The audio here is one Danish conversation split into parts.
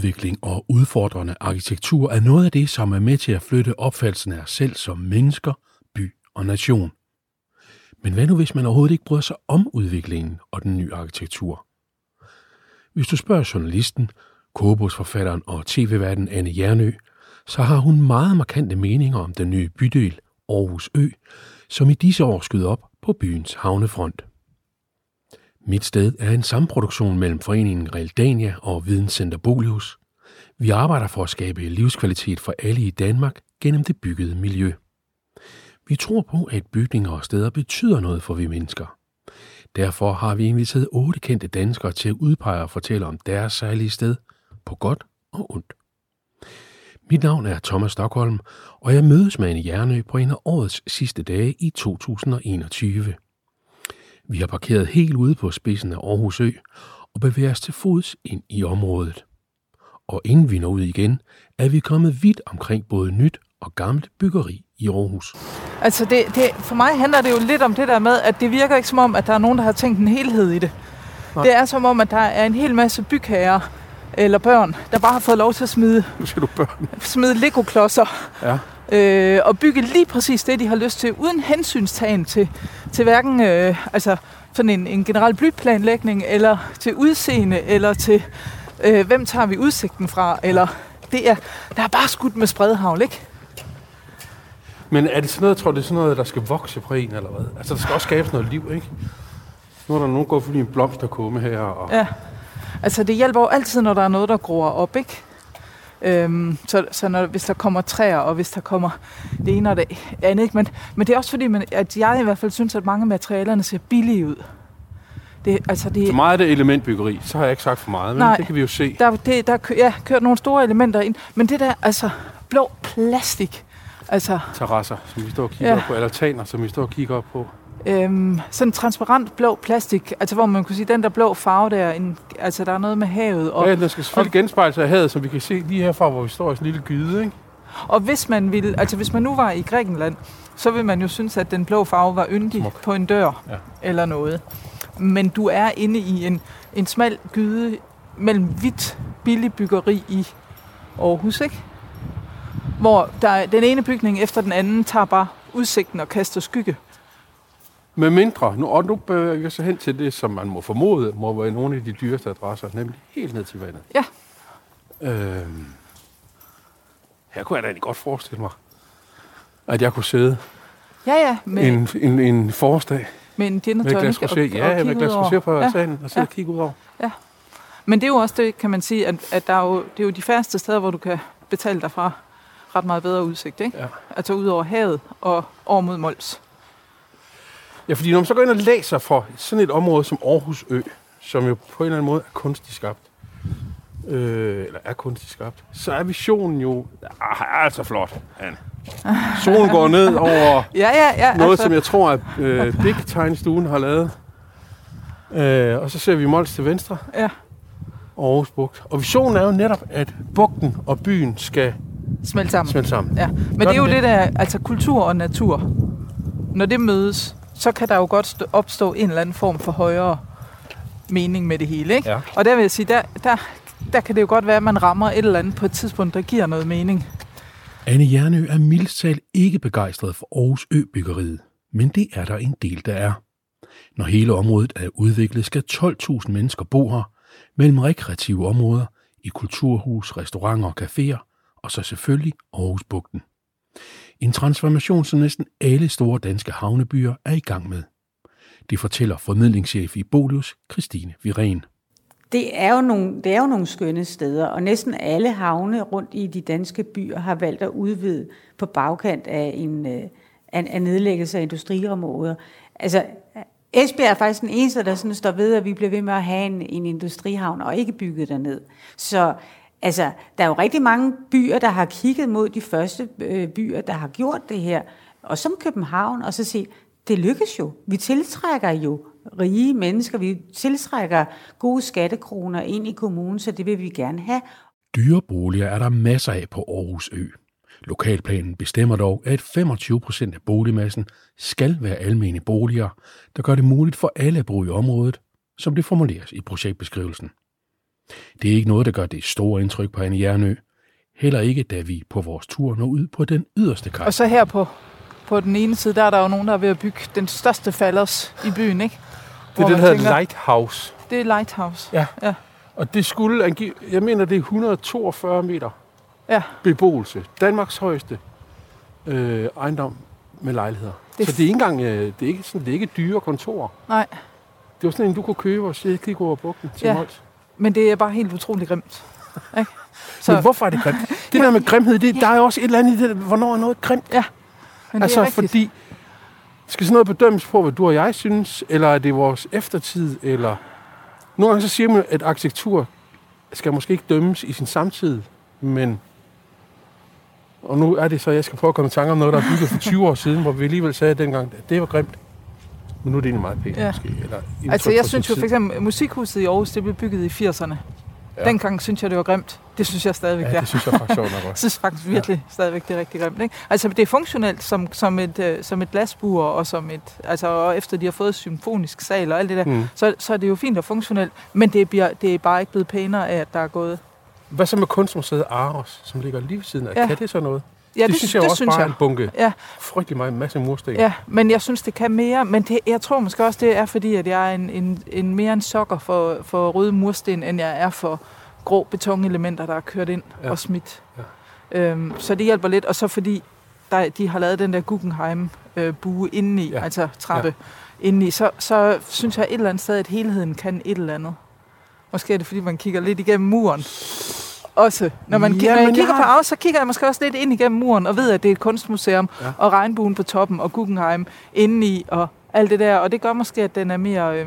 udvikling og udfordrende arkitektur er noget af det, som er med til at flytte opfattelsen af os selv som mennesker, by og nation. Men hvad nu, hvis man overhovedet ikke bryder sig om udviklingen og den nye arkitektur? Hvis du spørger journalisten, kogebogsforfatteren og tv-værten Anne Hjernø, så har hun meget markante meninger om den nye bydel Aarhus Ø, som i disse år skyder op på byens havnefront. Mit sted er en samproduktion mellem foreningen Realdania og Videnscenter Bolius. Vi arbejder for at skabe livskvalitet for alle i Danmark gennem det byggede miljø. Vi tror på, at bygninger og steder betyder noget for vi mennesker. Derfor har vi inviteret 8 kendte danskere til at udpege og fortælle om deres særlige sted, på godt og ondt. Mit navn er Thomas Stockholm, og jeg mødes med Anne Hjernø på en af årets sidste dage i 2021. Vi har parkeret helt ude på spidsen af Aarhus Ø og bevæger os til fods ind i området. Og inden vi når ud igen, er vi kommet vidt omkring både nyt og gammelt byggeri i Aarhus. Altså for mig handler det jo lidt om det der med, at det virker ikke som om, at der er nogen, der har tænkt en helhed i det. Nej. Det er som om, at der er en hel masse bygherrer eller børn, der bare har fået lov til at smide Lego-klodser. Ja. Og bygge lige præcis det, de har lyst til, uden hensynstagen til hverken sådan en generel byplanlægning, eller til udseende, eller til hvem tager vi udsigten fra, eller der er bare skudt med spredhavl, ikke? Men er det sådan noget, tror du, det er sådan noget, der skal vokse på en, eller hvad? Altså, der skal også skabes noget liv, ikke? Nu er der nogen gået forbi en blomsterkumme her. Og... Ja, altså det hjælper jo altid, når der er noget, der gror op, ikke? Hvis der kommer træer, og hvis der kommer det ene og det andet, ikke? Men det er også fordi, at jeg i hvert fald synes, at mange af materialerne ser billige ud. Så meget af det elementbyggeri, så har jeg ikke sagt for meget, men nej, det kan vi jo se. Der kørt nogle store elementer ind, men det der, altså blå plastik, altså... Terrasser, som vi står og kigger op på, eller altaner, som vi står og kigger op på. Sådan transparent blå plastik, altså hvor man kunne sige, den der blå farve der, altså der er noget med havet. Og, ja, den skal selvfølgelig genspejle sig af havet, som vi kan se lige herfra, hvor vi står i sådan en lille gyde, ikke? Og hvis man nu var i Grækenland, så ville man jo synes, at den blå farve var yndig på en dør, eller noget. Men du er inde i en smal gyde mellem hvidt billig byggeri i Aarhus, ikke? Hvor den ene bygning efter den anden tager bare udsigten og kaster skygge. Med mindre, nu bevæger vi så hen til det, som man må formode, må være nogle af de dyreste adresser, nemlig helt ned til vandet. Ja. Her kunne jeg da egentlig godt forestille mig, at jeg kunne sidde en forårsdag med en gin og tonic og med et glas rosé på altanen og sidde og kigge ud over. Ja. Men det er jo også det, kan man sige, at det er jo de færreste steder, hvor du kan betale dig fra ret meget bedre udsigt, ikke? Ja. Altså ud over havet og over mod Mols. Ja, fordi når man så går ind og læser for sådan et område som Aarhus Ø, som jo på en eller anden måde er kunstigt skabt, så er visionen jo altså flot, Anne. Solen går ned over noget, som jeg tror, at Big Tegnestuen har lavet. Og så ser vi Mols til venstre. Ja. Aarhus Bugt. Og visionen er jo netop, at bugten og byen skal smelte sammen. Ja. Men det er jo det der, altså kultur og natur. Når det mødes, så kan der jo godt opstå en eller anden form for højere mening med det hele, ikke? Ja. Og der vil jeg sige, der kan det jo godt være, at man rammer et eller andet på et tidspunkt, der giver noget mening. Anne Hjernø er mildest talt ikke begejstret for Aarhus Ø-byggeriet, men det er der en del, der er. Når hele området er udviklet, skal 12.000 mennesker bo her, mellem rekreative områder, i kulturhus, restauranter og caféer, og så selvfølgelig Aarhus Bugten. En transformation, som næsten alle store danske havnebyer er i gang med. Det fortæller formidlingschef i Bolius, Christine Viren. Det er jo nogle skønne steder, og næsten alle havne rundt i de danske byer har valgt at udvide på bagkant af en nedlæggelse af industriområder. Altså, Esbjerg er faktisk den eneste, der sådan står ved, at vi bliver ved med at have en industrihavn og ikke bygget derned. Så altså, der er jo rigtig mange byer, der har kigget mod de første byer, der har gjort det her, og som København, og så sige, det lykkes jo. Vi tiltrækker jo rige mennesker, vi tiltrækker gode skattekroner ind i kommunen, så det vil vi gerne have. Dyre boliger er der masser af på Aarhus Ø. Lokalplanen bestemmer dog, at 25% af boligmassen skal være almene boliger, der gør det muligt for alle at bo i området, som det formuleres i projektbeskrivelsen. Det er ikke noget, der gør det store indtryk på Anne Hjernøe. Heller ikke, da vi på vores tur når ud på den yderste kaj. Og så her på den ene side, der er der jo nogen, der er ved at bygge den største falders i byen, ikke? Det er det, der hedder Lighthouse. Det er Lighthouse. Ja. Og det skulle jeg mener, det er 142 meter beboelse. Danmarks højeste ejendom med lejligheder. Så det er ikke engang, det er ikke dyre kontorer. Nej. Det var sådan en, du kunne købe og kigge over bugten til Mols. Men det er bare helt utroligt grimt. Ikke? Så, men hvorfor er det grimt? Det der med grimhed, der er jo også et eller andet i det, hvornår er noget grimt? Ja, men det er rigtigt. Fordi, skal sådan noget bedømmes på, hvad du og jeg synes, eller er det vores eftertid, eller... Nogle gange så siger man, at arkitektur skal måske ikke dømmes i sin samtid, men... Og nu er det så, jeg skal prøve at komme i tanke om noget, der er bygget for 20 år siden, hvor vi alligevel sagde dengang, at det var grimt. Men nu er det egentlig meget pænt, måske. Eller altså, jeg synes jo for eksempel, Musikhuset i Aarhus, det blev bygget i 80'erne. Ja. Dengang synes jeg, det var grimt. Det synes jeg stadigvæk, det synes jeg faktisk sjovt nok også. Jeg synes faktisk virkelig stadigvæk, det er rigtig grimt. Ikke? Altså, det er funktionelt som et glasbur, og og efter de har fået symfonisk sal og alt det der, så er det jo fint og funktionelt, men det er bare ikke blevet pænere af, at der er gået. Hvad så med Kunstmuseet Aros, som ligger lige ved siden af? Ja. Kan det så noget? Ja, det synes jeg også bare er en bunke. Ja. Frygtelig meget masse mursten. Ja, men jeg synes, det kan mere. Men jeg tror måske også, det er fordi, at jeg er en mere en sokker for røde mursten, end jeg er for grå betonelementer, der er kørt ind og smidt. Ja. Så det hjælper lidt. Og så fordi de har lavet den der Guggenheim-bue indeni, altså trappe indeni, så synes jeg et eller andet sted, at helheden kan et eller andet. Måske er det, fordi man kigger lidt igennem muren. Også. Når jeg kigger på Aarhus, så kigger jeg måske også lidt ind igennem muren og ved, at det er et kunstmuseum, og regnbuen på toppen, og Guggenheim indeni, og alt det der. Og det gør måske, at den er mere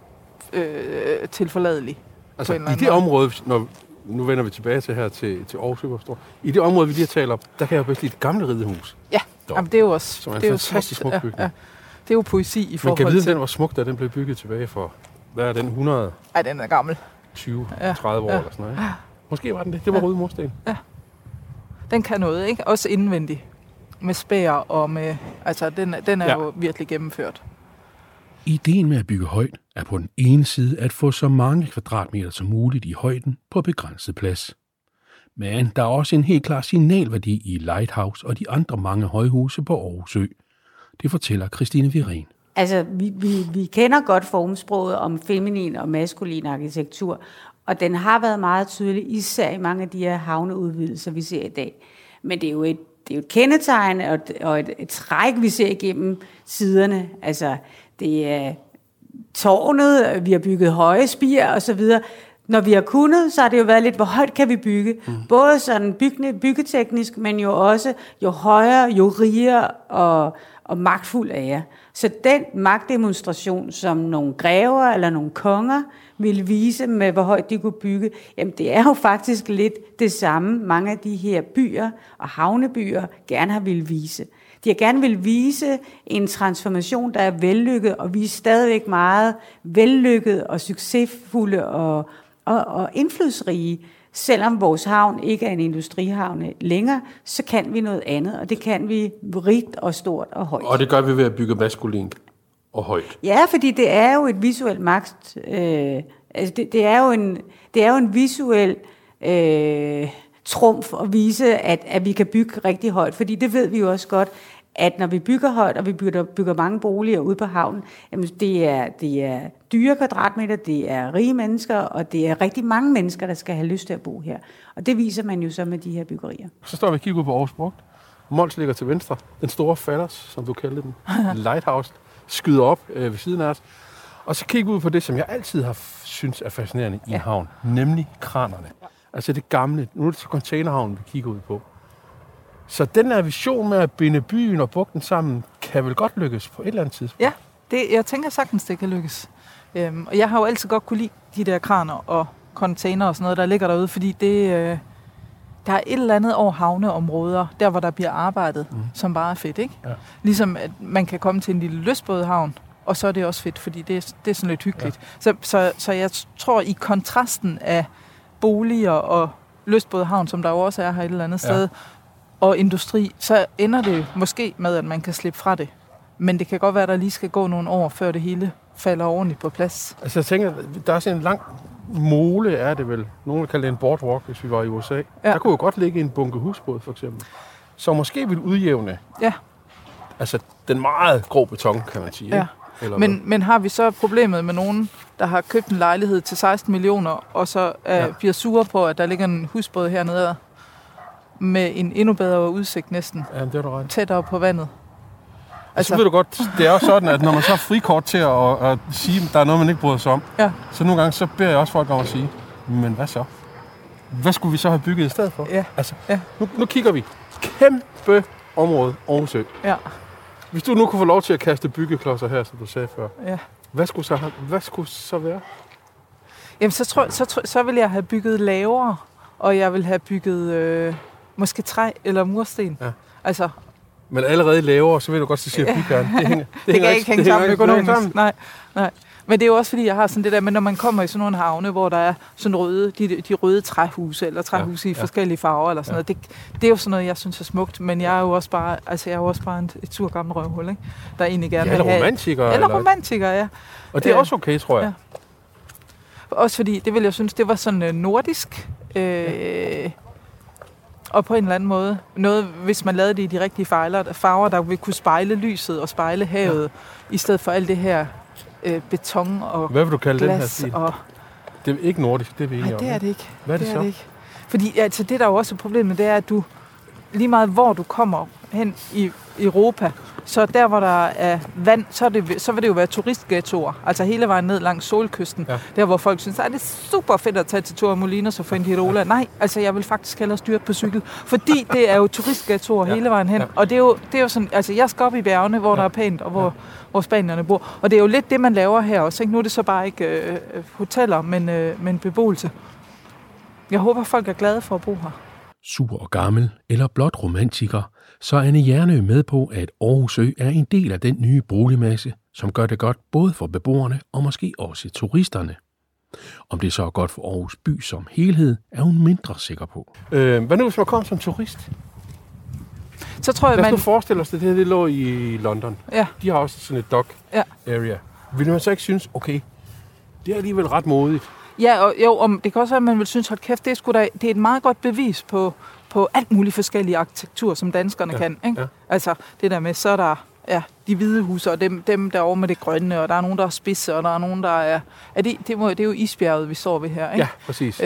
tilforladelig. Altså, i det område, nu vender vi tilbage til Aarhus Superstore. I det område, vi lige har talt om, der kan jeg jo bedst lide et gamle ridehus. Ja, jamen, det er jo også... Som er en fantastisk smuk bygning. Ja. Det er jo poesi i forhold til... Men kan vide, den var smuk, da den blev bygget tilbage for... Hvad er den? 100? Ej, den er gammel. 20-30 år eller sådan noget, ikke? Måske var den det. Det var røde mursten. Ja. Den kan noget, ikke? Også indvendigt. Med spær og med... Altså, den er jo virkelig gennemført. Ideen med at bygge højt er på den ene side at få så mange kvadratmeter som muligt i højden på begrænset plads. Men der er også en helt klar signalværdi i Lighthouse og de andre mange højhuse på Aarhus Ø. Det fortæller Christine Viren. Altså, vi kender godt formsproget om feminin og maskulin arkitektur, og den har været meget tydelig, især i mange af de her havneudvidelser, vi ser i dag. Men det er jo et kendetegn og et træk, vi ser igennem siderne. Altså, det er tårnet, vi har bygget høje spir og så videre. Når vi har kunnet, så har det jo været lidt, hvor højt kan vi bygge? Både sådan byggeteknisk, men jo også, jo højere, jo rigere og magtfuld er jeg. Så den magtdemonstration, som nogle grever eller nogle konger ville vise med, hvor højt de kunne bygge, jamen det er jo faktisk lidt det samme, mange af de her byer og havnebyer gerne har ville vise. De har gerne vil vise en transformation, der er vellykket, og vi er stadigvæk meget vellykket og succesfulde og indflydelsesrige. Selvom vores havn ikke er en industrihavn længere, så kan vi noget andet, og det kan vi rigt og stort og højt. Og det gør vi ved at bygge maskulint og højt. Ja, fordi det er jo et visuelt magt. Det er jo en visuel trumf at vise, at vi kan bygge rigtig højt, fordi det ved vi jo også godt, at når vi bygger højt, og vi bygger mange boliger ude på havnen, jamen det er dyre kvadratmeter, det er rige mennesker, og det er rigtig mange mennesker, der skal have lyst til at bo her. Og det viser man jo så med de her byggerier. Så står vi og kigger ud på Aarhus Brugt. Mols ligger til venstre. Den store falders, som du kaldte den, Lighthouse, skyder op ved siden af os. Og så kigger vi ud på det, som jeg altid har synes er fascinerende i en havn, nemlig kranerne. Altså det gamle, nu er det så containerhavnen, vi kigger ud på. Så den her vision med at binde byen og bugten sammen, kan vel godt lykkes på et eller andet tidspunkt? Ja, jeg tænker sagtens, det kan lykkes. Og jeg har jo altid godt kunne lide de der kraner og container og sådan noget, der ligger derude, fordi der er et eller andet over havneområder, der hvor der bliver arbejdet, som bare er fedt, ikke? Ja. Ligesom at man kan komme til en lille lystbådehavn, og så er det også fedt, fordi det er sådan lidt hyggeligt. Ja. Så jeg tror, i kontrasten af boliger og lystbådehavn, som der jo også er her et eller andet sted, og industri, så ender det måske med, at man kan slippe fra det. Men det kan godt være, at der lige skal gå nogle år, før det hele falder ordentligt på plads. Altså jeg tænker, der er sådan en lang mole er det vel. Nogen vil kalde det en boardwalk, hvis vi var i USA. Ja. Der kunne jo godt ligge en bunke husbåd, for eksempel. Så måske vil udjævne. Ja. Altså, den meget grå beton, kan man sige. Ja. Men har vi så problemet med nogen, der har købt en lejlighed til 16 millioner, og så bliver sure på, at der ligger en husbåd hernede med en endnu bedre udsigt næsten. Ja, det er du ret. Tættere på vandet. Altså, så ved du godt, det er også sådan, at når man så har frikort til at sige, at der er noget, man ikke bryder sig om, så nogle gange så beder jeg også folk om at sige, men hvad så? Hvad skulle vi så have bygget i stedet for? Ja. Altså, nu kigger vi. Kæmpe område, Aarhus Ø. Ja. Hvis du nu kunne få lov til at kaste byggeklodser her, som du sagde før, hvad skulle så være? Jamen, så ville jeg have bygget lavere, og jeg ville have bygget måske træ eller mursten. Ja. Altså, men allerede lavere, så vil du godt sige bygherren. Det kan ikke hænge sammen økonomisk. Nej. Men det er jo også fordi, jeg har sådan det der, men når man kommer i sådan nogle havne, hvor der er sådan røde, de røde træhuse, eller træhuse i forskellige farver, eller sådan noget, det er jo sådan noget, jeg synes er smukt, men jeg er jo også bare, et sur gammel røvhul, ikke? Der egentlig gerne vil have. Eller romantiker, ja. Og det er også okay, tror jeg. Ja. Også fordi, det vil jeg synes, det var sådan nordisk, og på en eller anden måde, noget, hvis man lavede det i de rigtige farver, der ville kunne spejle lyset og spejle havet, i stedet for alt det her beton og hvad vil du kalde glas den her stil? Det er ikke nordisk, det er vi enige om. Nej, det er det ikke. Hvad er det så? Det ikke. Fordi altså, det der er jo også problemet, det er, at du lige meget hvor du kommer hen i Europa, så der hvor der er vand, så vil det jo være turistghettoer. Altså hele vejen ned langs Solkysten. Ja. Der hvor folk synes, at det er super fedt at tage til Torremolinos og Fuengirola. Ja. Nej, altså jeg vil faktisk hellere styre på cykel. Fordi det er jo turistghettoer hele vejen hen. Ja. Og det er jo sådan, altså jeg skal op i bjergene, hvor der er pænt, og hvor spanierne bor. Og det er jo lidt det, man laver her også. Ikke? Nu er det så bare ikke hoteller, men beboelse. Jeg håber, folk er glade for at bo her. Sur og gammel eller blot romantiker, så er Anne Hjernøe med på, at Aarhus Ø er en del af den nye boligmasse, som gør det godt både for beboerne og måske også turisterne. Om det så er godt for Aarhus by som helhed, er hun mindre sikker på. Hvad nu, hvis man kommer som turist? Så tror jeg, lad os nu forestille os, at det her det lå i London. Ja. De har også sådan et dock area. Vil man så ikke synes, okay, det er alligevel ret modigt? Ja, og det kan også være, at man vil synes, hold kæft, det er et meget godt bevis på alt muligt forskellige arkitektur, som danskerne kan. Ikke? Ja. Altså det der med, så er der de hvide huse, og dem derovre med det grønne, og der er nogen, der er spidse, og der er nogen, der er... Det er jo isbjerget, vi står ved her. Ikke? Ja, præcis.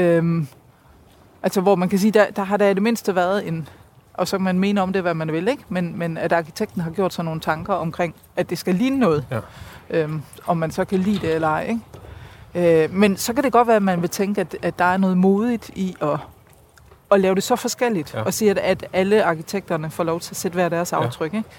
Altså hvor man kan sige, der har der i det mindste været en... Og så kan man mene om det, hvad man vil, ikke? Men at arkitekten har gjort sig nogle tanker omkring, at det skal ligne noget. Ja. Om man så kan lide det eller ej, ikke? Men så kan det godt være, at man vil tænke, at der er noget modigt i at lave det så forskelligt. Ja. Og sige, at alle arkitekterne får lov til at sætte hver deres aftryk. Ikke?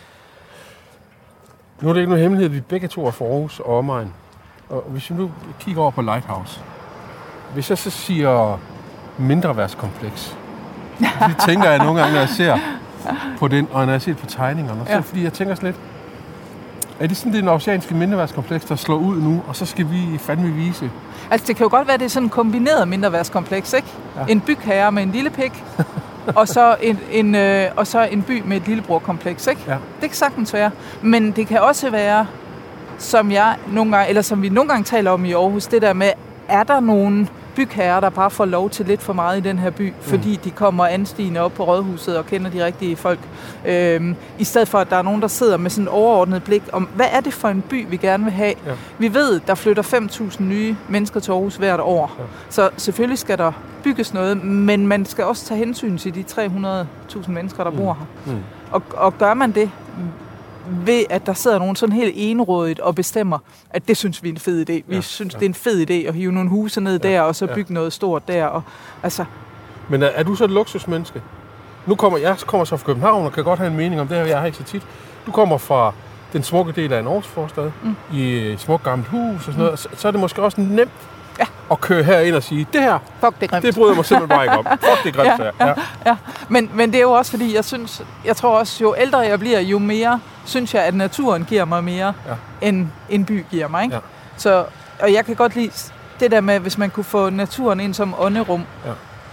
Nu er det ikke nogen hemmelighed, vi begge to er fra Aarhus og omegn. Og hvis vi nu kigger over på Lighthouse. Hvis jeg så siger mindreværdskompleks, det tænker jeg nogle gange, når jeg ser på den, og når jeg ser på tegningerne. Så fordi jeg tænker sådan lidt, er det sådan, det oceanske mindreværdskompleks, der slår ud nu, og så skal vi fandme vise? Altså, det kan jo godt være, det er sådan en kombineret mindreværdskompleks, ikke? Ja. En bygherre med en lille pik, og så en by med et lillebrorkompleks, ikke? Ja. Det kan sagtens være. Men det kan også være, som vi nogle gange taler om i Aarhus, det der med, er der nogen bygherrer, der bare får lov til lidt for meget i den her by, fordi de kommer anstigende op på Rådhuset og kender de rigtige folk. I stedet for, at der er nogen, der sidder med sådan et overordnet blik om, hvad er det for en by, vi gerne vil have? Ja. Vi ved, der flytter 5.000 nye mennesker til Aarhus hvert år. Ja. Så selvfølgelig skal der bygges noget, men man skal også tage hensyn til de 300.000 mennesker, der bor her. Og gør man det ved, at der sidder nogen sådan helt enrådigt og bestemmer, at det synes vi er en fed idé. Vi synes, det er en fed idé at hive nogle huse ned der, og så bygge noget stort der. Og, altså. Men er du så et luksusmenneske? Jeg kommer så fra København og kan godt have en mening om det her, jeg har ikke så tit. Du kommer fra den smukke del af en Aarhus-forstad, i et smukt gammelt hus og sådan noget. Så er det måske også nemt at køre herind og sige, det her, det bryder mig simpelthen bare ikke om. Fuck, det er grimt. Ja. Men det er jo også fordi, jeg tror også, jo ældre jeg bliver, jo mere synes jeg, at naturen giver mig mere, end en by giver mig. Ikke? Ja. Og jeg kan godt lide det der med, hvis man kunne få naturen ind som ånderum,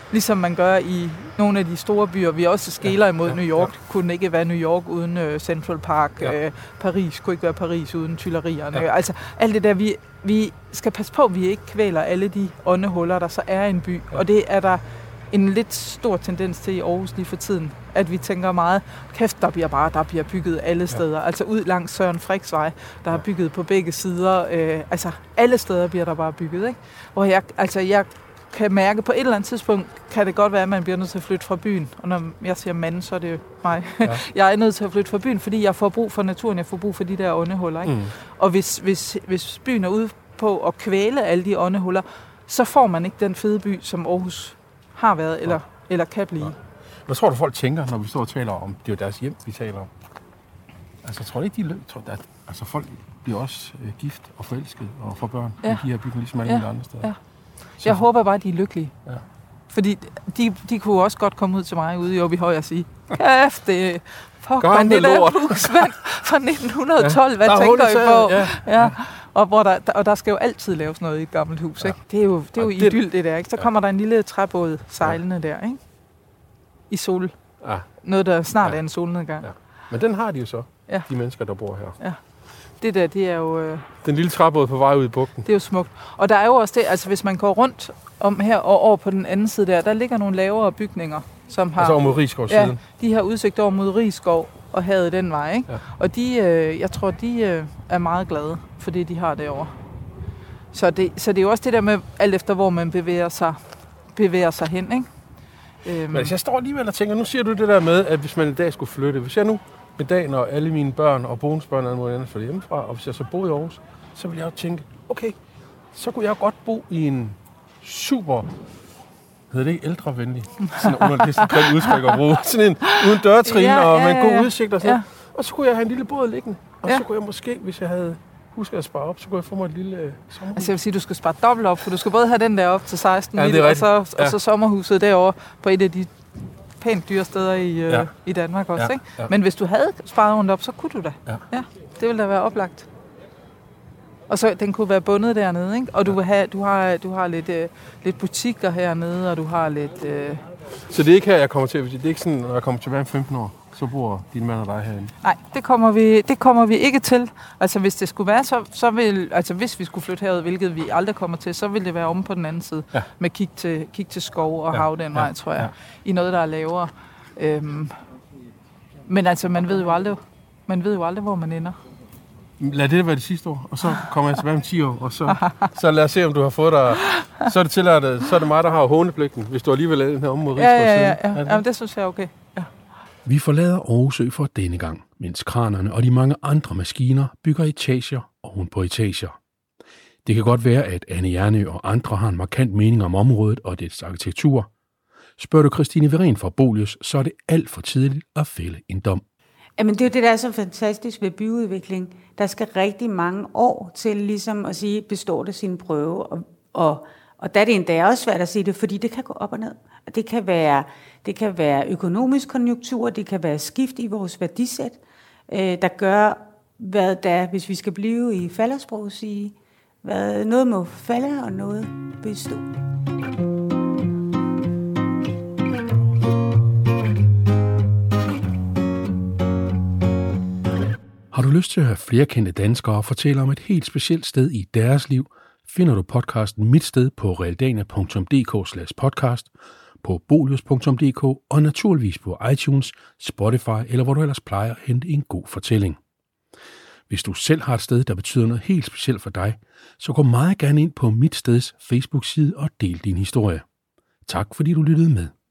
Ligesom man gør i nogle af de store byer. Vi også skeler imod New York. Det kunne ikke være New York uden Central Park. Paris kunne ikke være Paris uden Tuilerierne. Altså alt det der, vi skal passe på, at vi ikke kvæler alle de åndehuller, der så er i en by. Og det er der en lidt stor tendens til i Aarhus lige for tiden, at vi tænker meget, kæft, der bliver bygget alle steder. Altså ud langs Søren Friks Vej, der er bygget på begge sider. Altså alle steder bliver der bare bygget, ikke? Hvor jeg kan mærke, på et eller andet tidspunkt kan det godt være, at man bliver nødt til at flytte fra byen. Og når jeg siger mand, så er det mig. Ja. Jeg er nødt til at flytte fra byen, fordi jeg får brug for naturen, jeg får brug for de der åndehuller, ikke? Og hvis byen er ude på at kvæle alle de åndehuller, så får man ikke den fede by, som Aarhus har været, eller kan blive. Hvad tror du, folk tænker, når vi står og taler om, det er jo deres hjem, vi taler om? Altså, tror du ikke, altså, folk bliver også gift og forelsket og får børn i de her bygninger, ligesom alle andre steder? Ja. Jeg håber bare, de er lykkelige. Ja. Fordi de kunne også godt komme ud til mig ude i Åbyhøj og sige, kæft, det er man det der hus fra 1912, hvad tænker I på? Ja. Og der skal jo altid laves noget i et gammelt hus, ikke? Det er jo idyll, det der, ikke? Så kommer der en lille træbåd sejlende der, ikke? I sol. Ja. Noget, der snart er en solnedgang. Ja. Men den har de jo så, de mennesker, der bor her. Ja. Det der, det er jo... Den lille træbåd på vej ud i bugten. Det er jo smukt. Og der er jo også det, altså hvis man går rundt om her og over på den anden side der ligger nogle lavere bygninger, som har... Altså over mod Risskov siden. Ja, de har udsigt over mod Risskov og havet den vej, ikke? Ja. Og jeg tror, de er meget glade for det, de har derovre. Så det er jo også det der med, alt efter hvor man bevæger sig hen, ikke? Men jeg står alligevel og tænker, nu siger du det der med, at hvis man i dag skulle flytte, hvis jeg nu i dag, når alle mine børn og bonusbørn er flyttet hjemmefra, og hvis jeg så boede i Aarhus, så ville jeg jo tænke, okay, så kunne jeg godt bo i en super, hedder det ikke ældrevenlig, sådan under det sådan grimt udtryk at bruge, sådan en uden dørtrin og med en god udsigt og sådan. Og så kunne jeg have en lille båd liggende, og så kunne jeg måske, hvis jeg havde husket at spare op, så kunne jeg få mig et lille sommerhus. Altså jeg vil sige, du skal spare dobbelt op, for du skal både have den der op til 16 liter, og så sommerhuset derovre på et af de pænt dyre steder i Danmark også, ikke? Ja. Men hvis du havde sparet rundt op, så kunne du da. Ja, det ville da være oplagt. Og så den kunne være bundet dernede, ikke? Og du har lidt butikker hernede, og du har lidt... Så det er ikke her, jeg kommer til? Det er ikke sådan, når jeg kommer tilbage om 15 år, så bor din mand og dig herinde? Nej, det kommer vi ikke til. Altså hvis det skulle være, så vil... Altså hvis vi skulle flytte herud, hvilket vi aldrig kommer til, så vil det være omme på den anden side. Ja. Med kig til skov og hav den vej, tror jeg. Ja. I noget, der er lavere. Men altså, man ved jo aldrig, hvor man ender. Lad det være det sidste år, og så kommer jeg tilbage om 10 år, og så lad os se, om du har fået dig... Så er det tilladt, så er det mig, der har hånepligten, hvis du alligevel er den her område. Ja. Jamen, det synes jeg er okay. Ja. Vi forlader Aarhus Ø for denne gang, mens kranerne og de mange andre maskiner bygger etager oven på etager. Det kan godt være, at Anne Hjernø og andre har en markant mening om området og dets arkitektur. Spørger du Christine Wehren fra Bolius, så er det alt for tidligt at fælde en dom. Jamen det er jo det, der er så fantastisk ved byudvikling. Der skal rigtig mange år til ligesom at sige, består det sin prøve. Og der er det endda også svært at sige det, fordi det kan gå op og ned. Det kan være økonomisk konjunktur, det kan være skift i vores værdisæt, der gør, hvad der, hvis vi skal blive i faldersprog, sige, hvad noget må falde og noget bestå. Har du lyst til at høre flere kendte danskere fortælle om et helt specielt sted i deres liv, finder du podcasten Mit Sted på realdania.dk/podcast, på bolius.dk og naturligvis på iTunes, Spotify eller hvor du ellers plejer at hente en god fortælling. Hvis du selv har et sted, der betyder noget helt specielt for dig, så gå meget gerne ind på Mit Steds Facebook-side og del din historie. Tak fordi du lyttede med.